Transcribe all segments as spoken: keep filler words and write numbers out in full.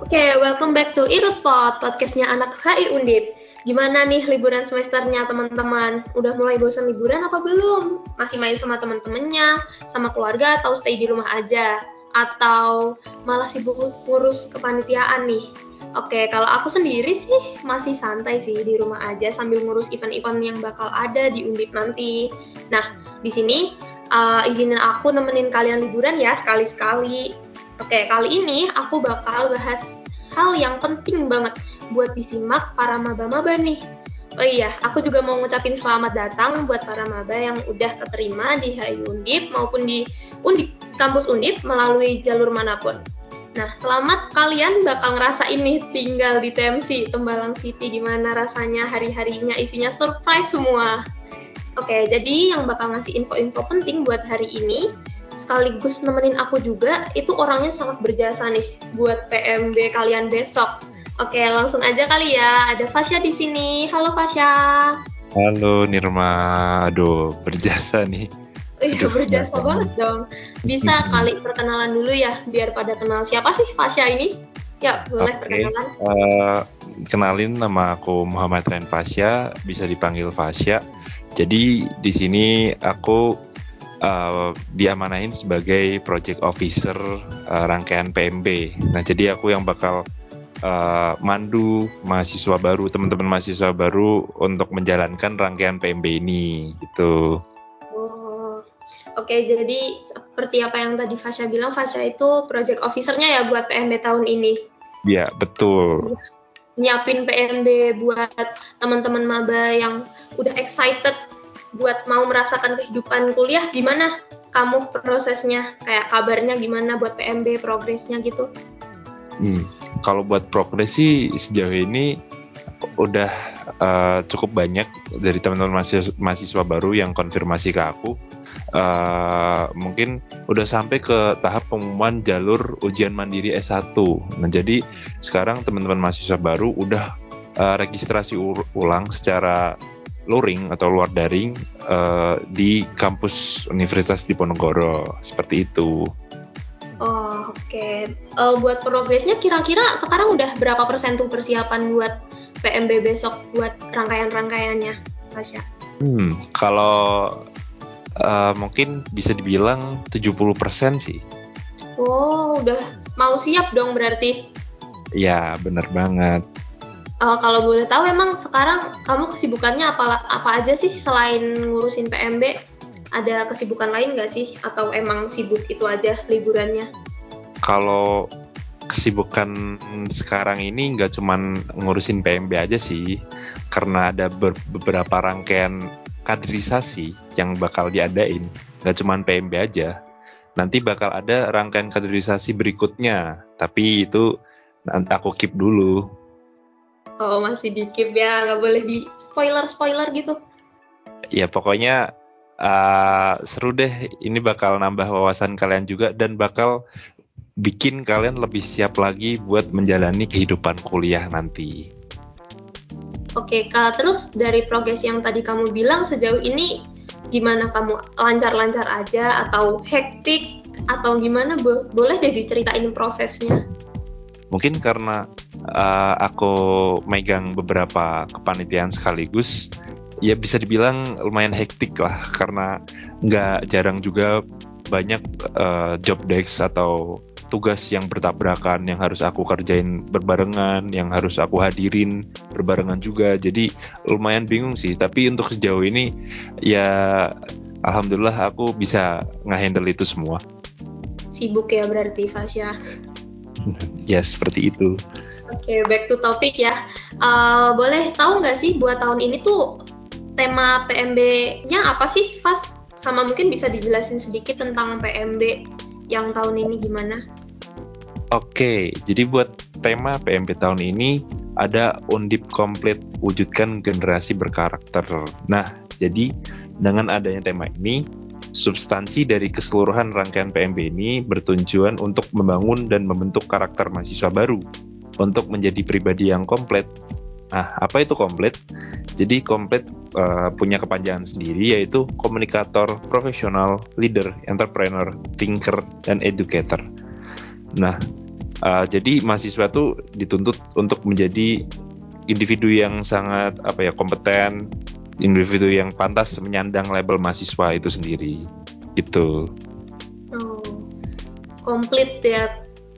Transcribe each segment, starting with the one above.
Oke, welcome back to Irutpod, podcastnya anak H I Undip. Gimana nih liburan semesternya teman-teman? Udah mulai bosan liburan apa belum? Masih main sama teman-temannya, sama keluarga atau stay di rumah aja? Atau malah sibuk ngurus kepanitiaan nih? Oke, kalau aku sendiri sih masih santai sih di rumah aja sambil ngurus event-event yang bakal ada di Undip nanti. Nah, di sini uh, izinin aku nemenin kalian liburan ya sekali-sekali. Oke, kali ini aku bakal bahas hal yang penting banget buat disimak para maba-maba nih. Oh iya, aku juga mau ngucapin selamat datang buat para maba yang udah keterima di H I Undip maupun di Undip, kampus Undip melalui jalur manapun. Nah, selamat kalian bakal ngerasain nih tinggal di T M C, Tembalang City, gimana rasanya hari-harinya isinya surprise semua. Oke, jadi yang bakal ngasih info-info penting buat hari ini, sekaligus nemenin aku juga, itu orangnya sangat berjasa nih buat P M B kalian besok. Oke, langsung aja kali ya. Ada Fasya di sini. Halo Fasya. Halo Nirma, aduh berjasa nih. Iya, Aduh, berjasa bahasa banget ini. dong. Bisa kali perkenalan dulu ya, biar pada kenal siapa sih Fasya ini? Ya, boleh Oke, perkenalan. eh, kenalin nama aku Muhammad Ren Fasya, bisa dipanggil Fasya. Jadi di sini aku eh, diamanahin sebagai project officer eh, rangkaian P M B. Nah, jadi aku yang bakal eh, mandu mahasiswa baru, teman-teman mahasiswa baru untuk menjalankan rangkaian P M B ini, gitu. Oh, oke, jadi seperti apa yang tadi Fasya bilang, Fasya itu project officer-nya ya buat P M B tahun ini. Ya, betul. Nyiapin P M B buat teman-teman maba yang udah excited buat mau merasakan kehidupan kuliah. Gimana kamu prosesnya? Kayak kabarnya gimana buat P M B, progresnya gitu? Hmm, kalau buat progres sih sejauh ini udah uh, cukup banyak dari teman-teman mahasiswa, mahasiswa baru yang konfirmasi ke aku. Uh, mungkin udah sampai ke tahap pengumuman jalur ujian mandiri S satu. Nah, jadi sekarang teman-teman mahasiswa baru udah uh, registrasi ur- ulang secara luring atau luar daring uh, di kampus Universitas Diponegoro. Seperti itu. Oh, oke. Okay. Uh, buat progresnya kira-kira sekarang udah berapa persen tuh persiapan buat P M B besok buat rangkaian-rangkaiannya, Tasya? Hmm, kalau uh, mungkin bisa dibilang tujuh puluh persen sih. Oh, udah mau siap dong berarti. Ya, bener banget. Uh, kalau boleh tahu emang sekarang kamu kesibukannya apa apa aja sih selain ngurusin P M B? Ada kesibukan lain nggak sih? Atau emang sibuk itu aja liburannya? Kalau kesibukan sekarang ini nggak cuman ngurusin P M B aja sih, karena ada ber- beberapa rangkaian kaderisasi yang bakal diadain. Nggak cuman P M B aja, nanti bakal ada rangkaian kaderisasi berikutnya, tapi itu nanti aku keep dulu. Oh, masih di keep ya, nggak boleh di spoiler-spoiler gitu. Ya pokoknya uh, seru deh, ini bakal nambah wawasan kalian juga dan bakal bikin kalian lebih siap lagi buat menjalani kehidupan kuliah nanti. Oke, Kak, terus dari progres yang tadi kamu bilang sejauh ini gimana, kamu lancar-lancar aja atau hektik atau gimana? Bo- boleh deh diceritain prosesnya. Mungkin karena uh, aku megang beberapa kepanitiaan sekaligus, ya bisa dibilang lumayan hektik lah, karena nggak jarang juga banyak uh, job desk atau tugas yang bertabrakan yang harus aku kerjain berbarengan, yang harus aku hadirin berbarengan juga. Jadi lumayan bingung sih. Tapi untuk sejauh ini ya alhamdulillah aku bisa nge-handle itu semua. Sibuk ya berarti, Fasya. Ya seperti itu. Oke, back to topic ya. Uh, boleh tahu nggak sih buat tahun ini tuh tema P M B-nya apa sih, Fas? Sama mungkin bisa dijelasin sedikit tentang P M B yang tahun ini gimana? Oke, jadi buat tema P M B tahun ini ada Undip Komplit, wujudkan generasi berkarakter. Nah, jadi dengan adanya tema ini, substansi dari keseluruhan rangkaian P M B ini bertujuan untuk membangun dan membentuk karakter mahasiswa baru untuk menjadi pribadi yang komplit. Nah, apa itu komplit? Jadi komplit uh, punya kepanjangan sendiri, yaitu komunikator, profesional, leader, entrepreneur, thinker, dan educator. Nah, Uh, jadi mahasiswa tuh dituntut untuk menjadi individu yang sangat apa ya kompeten, individu yang pantas menyandang label mahasiswa itu sendiri, gitu. Oh, komplit ya.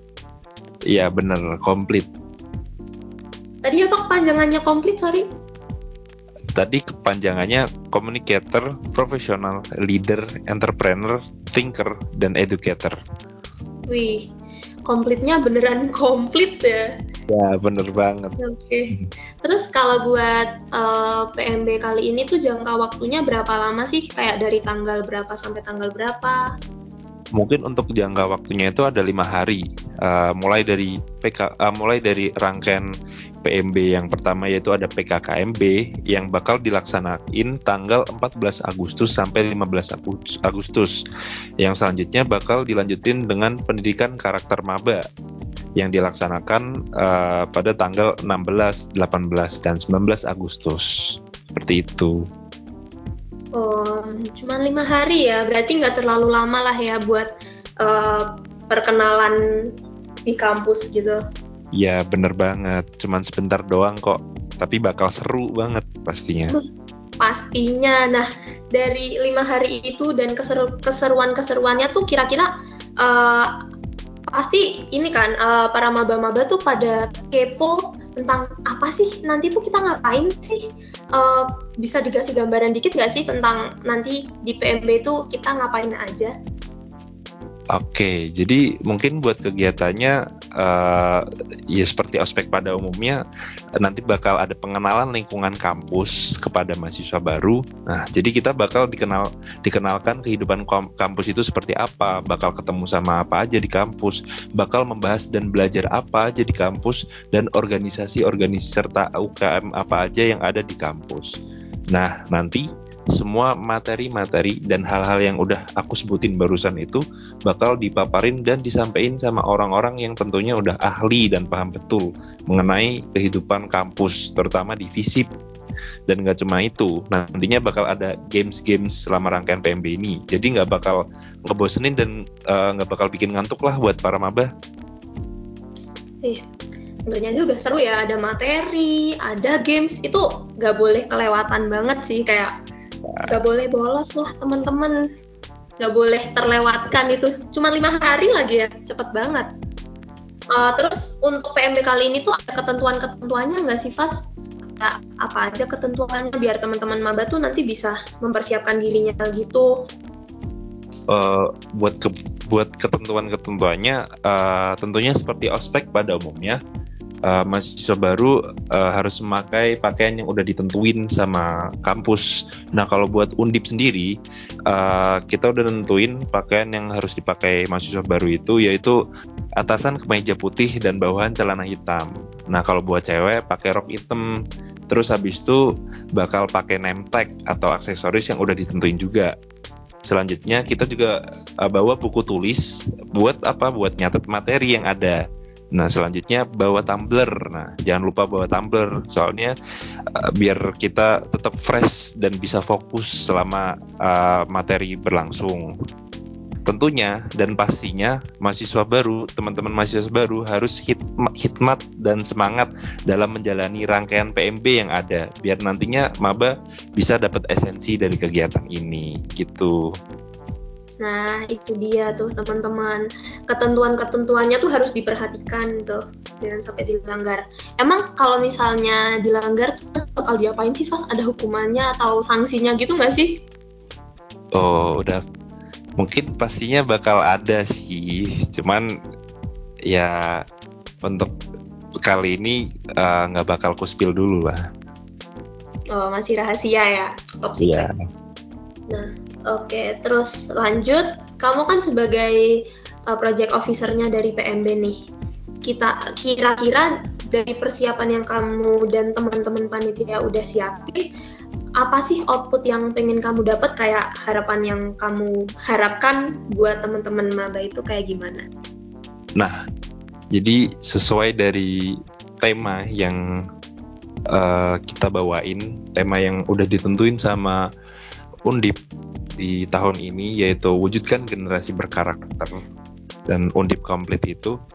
Iya bener, komplit. Tadi apa kepanjangannya komplit, sorry? Tadi kepanjangannya communicator, professional, leader, entrepreneur, thinker, dan educator. Wih, komplitnya beneran komplit ya. Ya bener banget. Oke. Okay. Terus kalau buat uh, P M B kali ini tuh jangka waktunya berapa lama sih? Kayak dari tanggal berapa sampai tanggal berapa? Mungkin untuk jangka waktunya itu ada lima hari, uh, mulai dari P K, uh, mulai dari rangkaian P M B yang pertama yaitu ada P K K M B yang bakal dilaksanain tanggal empat belas Agustus sampai lima belas Agustus. Yang selanjutnya bakal dilanjutin dengan pendidikan karakter maba yang dilaksanakan uh, pada tanggal enam belas, delapan belas, dan sembilan belas Agustus. Seperti itu. Oh, cuma lima hari ya, berarti nggak terlalu lama lah ya buat uh, perkenalan di kampus gitu. Ya bener banget, cuman sebentar doang kok, tapi bakal seru banget pastinya. Pastinya, nah dari lima hari itu dan keseru- keseruan-keseruannya tuh kira-kira uh, pasti ini kan uh, para maba-maba tuh pada kepo tentang apa sih nanti tuh kita ngapain sih, uh, bisa dikasih gambaran dikit nggak sih tentang nanti di P M B itu kita ngapain aja? Oke, jadi mungkin buat kegiatannya uh, ya seperti ospek pada umumnya, nanti bakal ada pengenalan lingkungan kampus kepada mahasiswa baru. Nah, jadi kita bakal dikenal dikenalkan kehidupan kampus itu seperti apa, bakal ketemu sama apa aja di kampus, bakal membahas dan belajar apa aja di kampus, dan organisasi-organisasi serta U K M apa aja yang ada di kampus. Nah, nanti semua materi-materi dan hal-hal yang udah aku sebutin barusan itu bakal dipaparin dan disampaikan sama orang-orang yang tentunya udah ahli dan paham betul mengenai kehidupan kampus, terutama di FISIP. Dan nggak cuma itu, nantinya bakal ada games-games selama rangkaian P M B ini. Jadi nggak bakal ngebosenin dan nggak uh, bakal bikin ngantuk lah buat para maba. Ih, sebenarnya aja udah seru ya, ada materi, ada games, itu nggak boleh kelewatan banget sih, kayak nggak boleh bolos lah teman-teman, nggak boleh terlewatkan itu. Cuma lima hari lagi ya, cepet banget. Uh, terus untuk P M B kali ini tuh ada ketentuan-ketentuannya nggak sih, Fas? Nah, apa aja ketentuannya biar teman-teman maba tuh nanti bisa mempersiapkan dirinya gitu? Uh, buat ke, buat ketentuan-ketentuannya uh, tentunya seperti ospek pada umumnya. Uh, mahasiswa baru uh, harus memakai pakaian yang udah ditentuin sama kampus. Nah kalau buat Undip sendiri, uh, kita udah nentuin pakaian yang harus dipakai mahasiswa baru itu yaitu atasan kemeja putih dan bawahan celana hitam. Nah kalau buat cewek pakai rok hitam. Terus habis itu bakal pakai name tag atau aksesoris yang udah ditentuin juga. Selanjutnya kita juga uh, bawa buku tulis buat apa? Buat nyatet materi yang ada. Nah selanjutnya bawa tumbler. Nah jangan lupa bawa tumbler, soalnya uh, biar kita tetap fresh dan bisa fokus selama uh, materi berlangsung. Tentunya dan pastinya mahasiswa baru, teman-teman mahasiswa baru harus hikmat, hikmat dan semangat dalam menjalani rangkaian P M B yang ada, biar nantinya maba bisa dapat esensi dari kegiatan ini, gitu. Nah, itu dia tuh teman-teman. Ketentuan-ketentuannya tuh harus diperhatikan tuh, jangan sampai dilanggar. Emang kalau misalnya dilanggar tuh bakal diapain sih, Fas? Ada hukumannya atau sanksinya gitu nggak sih? Oh, udah. Mungkin pastinya bakal ada sih. Cuman ya untuk kali ini nggak uh, bakal ku spill dulu lah. Oh, masih rahasia ya, top secret. Yeah. Nah, oke, okay. Terus lanjut, kamu kan sebagai uh, project officer-nya dari P M B nih. Kita kira-kira dari persiapan yang kamu dan teman-teman panitia udah siapin, apa sih output yang pengen kamu dapat, kayak harapan yang kamu harapkan buat teman-teman maba itu kayak gimana? Nah, jadi sesuai dari tema yang uh, kita bawain, tema yang udah ditentuin sama Undip di tahun ini, yaitu wujudkan generasi berkarakter, dan Undip komplit itu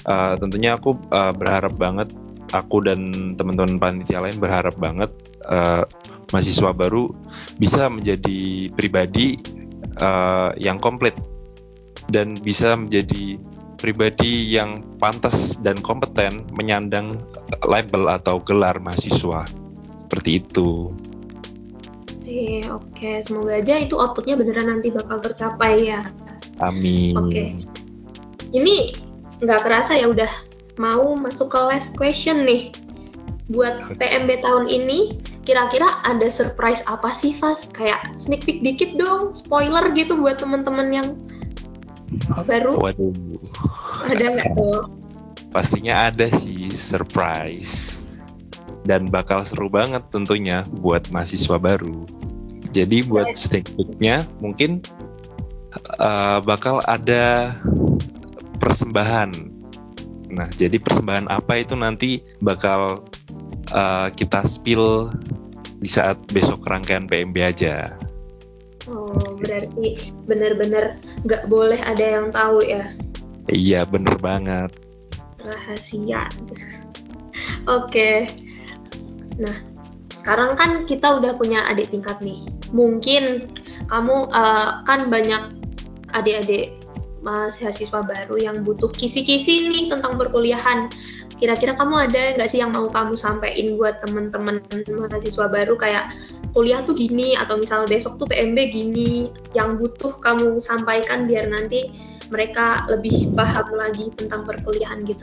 uh, tentunya aku uh, berharap banget, aku dan teman-teman panitia lain berharap banget uh, mahasiswa baru bisa menjadi pribadi uh, yang komplit dan bisa menjadi pribadi yang pantas dan kompeten menyandang label atau gelar mahasiswa. Seperti itu. Oke, oke. Semoga aja itu outputnya beneran nanti bakal tercapai ya. Amin. Oke. Ini nggak kerasa ya udah mau masuk ke last question nih. Buat P M B tahun ini, kira-kira ada surprise apa sih, Fas? Kayak sneak peek dikit dong, spoiler gitu buat teman-teman yang baru. Waduh. Ada nggak tuh? Pastinya ada sih surprise. Dan bakal seru banget tentunya buat mahasiswa baru. Jadi buat sneak peek-nya mungkin uh, bakal ada persembahan. Nah, jadi persembahan apa itu nanti bakal uh, kita spill di saat besok rangkaian P M B aja. Oh, berarti benar-benar nggak boleh ada yang tahu ya? Iya, bener banget. Rahasia. Oke. Nah, sekarang kan kita udah punya adik tingkat nih. Mungkin kamu uh, kan banyak adik-adik mahasiswa baru yang butuh kisi-kisi nih tentang perkuliahan. Kira-kira kamu ada nggak sih yang mau kamu sampaikan buat teman-teman mahasiswa baru kayak kuliah tuh gini atau misal besok tuh P M B gini yang butuh kamu sampaikan biar nanti mereka lebih paham lagi tentang perkuliahan gitu?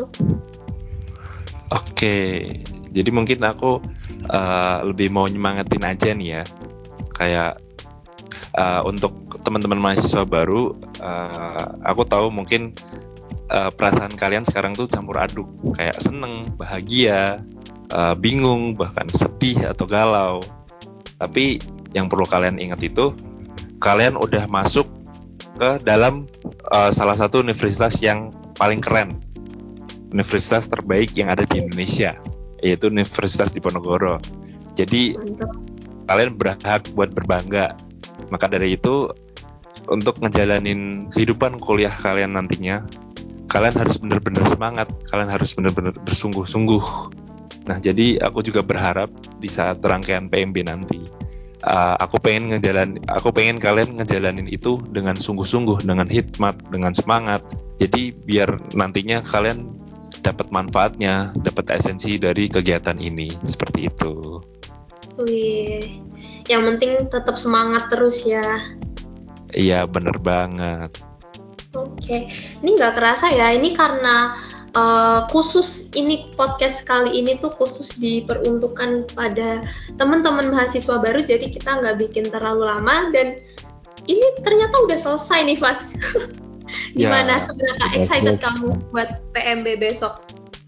Oke, jadi mungkin aku uh, lebih mau nyemangatin aja nih ya. Kayak uh, untuk teman-teman mahasiswa baru, uh, aku tahu mungkin uh, perasaan kalian sekarang tuh campur aduk, kayak seneng, bahagia, uh, bingung, bahkan sedih atau galau. Tapi yang perlu kalian ingat itu, kalian udah masuk ke dalam uh, salah satu universitas yang paling keren, universitas terbaik yang ada di Indonesia, yaitu Universitas Diponegoro. Jadi Mantap. Kalian berhak buat berbangga. Maka dari itu, untuk ngejalanin kehidupan kuliah kalian nantinya, kalian harus benar-benar semangat, kalian harus benar-benar bersungguh-sungguh. Nah, jadi aku juga berharap di saat rangkaian P M B nanti, uh, aku pengen ngejalan, aku pengen kalian ngejalanin itu dengan sungguh-sungguh, dengan hikmat, dengan semangat. Jadi biar nantinya kalian dapat manfaatnya, dapat esensi dari kegiatan ini, seperti itu. Wih, yang penting tetap semangat terus ya. Iya, bener banget. Oke, ini nggak kerasa ya, ini karena uh, khusus ini podcast kali ini tuh khusus diperuntukkan pada teman-teman mahasiswa baru, jadi kita nggak bikin terlalu lama dan ini ternyata udah selesai nih, Fas. Gimana, ya, seberapa excited kamu buat P M B besok?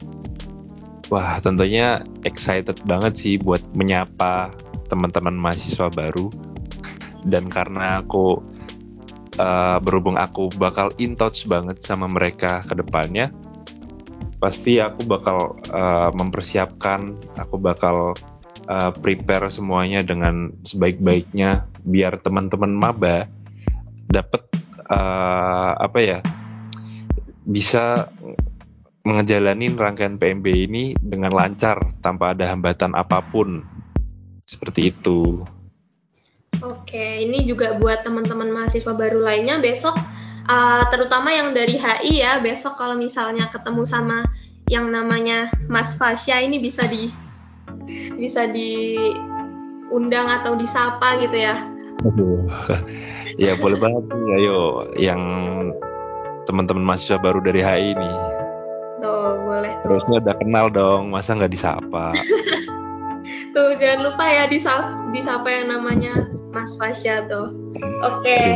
Wah, tentunya excited banget sih buat menyapa teman-teman mahasiswa baru. Dan karena aku uh, berhubung aku bakal in touch banget sama mereka ke depannya, pasti aku bakal uh, mempersiapkan, aku bakal uh, prepare semuanya dengan sebaik-baiknya biar teman-teman maba dapat uh, apa ya, bisa ngejalanin rangkaian P M B ini dengan lancar tanpa ada hambatan apapun. Seperti itu. Oke, ini juga buat teman-teman mahasiswa baru lainnya besok, uh, terutama yang dari H I ya, besok kalau misalnya ketemu sama yang namanya Mas Fasya ini bisa di bisa diundang atau disapa gitu ya. Ya boleh banget nih, ayo yang teman-teman mahasiswa baru dari H I ini. Tuh, boleh tuh. Terusnya udah kenal dong, masa nggak disapa? Tuh, jangan lupa ya disapa, disapa yang namanya Mas Fasya tuh. Oke. Okay.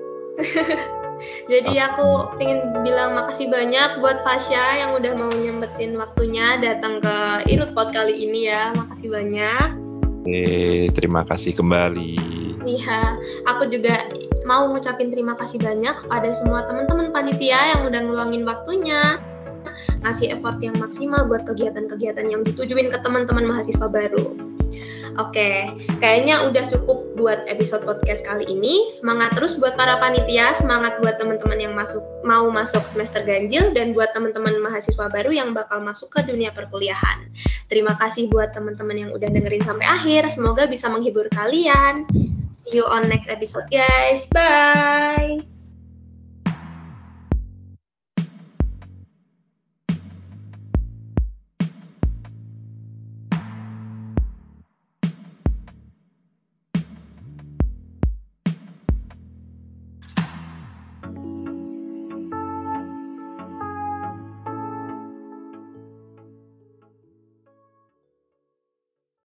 Jadi aku pengen bilang makasih banyak buat Fasya yang udah mau nyempetin waktunya datang ke Irutpod kali ini ya. Makasih banyak. Eh, terima kasih kembali. Iya, aku juga mau ngucapin terima kasih banyak kepada semua teman-teman panitia yang udah ngeluangin waktunya, ngasih effort yang maksimal buat kegiatan-kegiatan yang ditujuin ke teman-teman mahasiswa baru. Oke, kayaknya udah cukup buat episode podcast kali ini. Semangat terus buat para panitia, semangat buat teman-teman yang masuk mau masuk semester ganjil, dan buat teman-teman mahasiswa baru yang bakal masuk ke dunia perkuliahan. Terima kasih buat teman-teman yang udah dengerin sampai akhir. Semoga bisa menghibur kalian. See you on next episode, guys. Bye.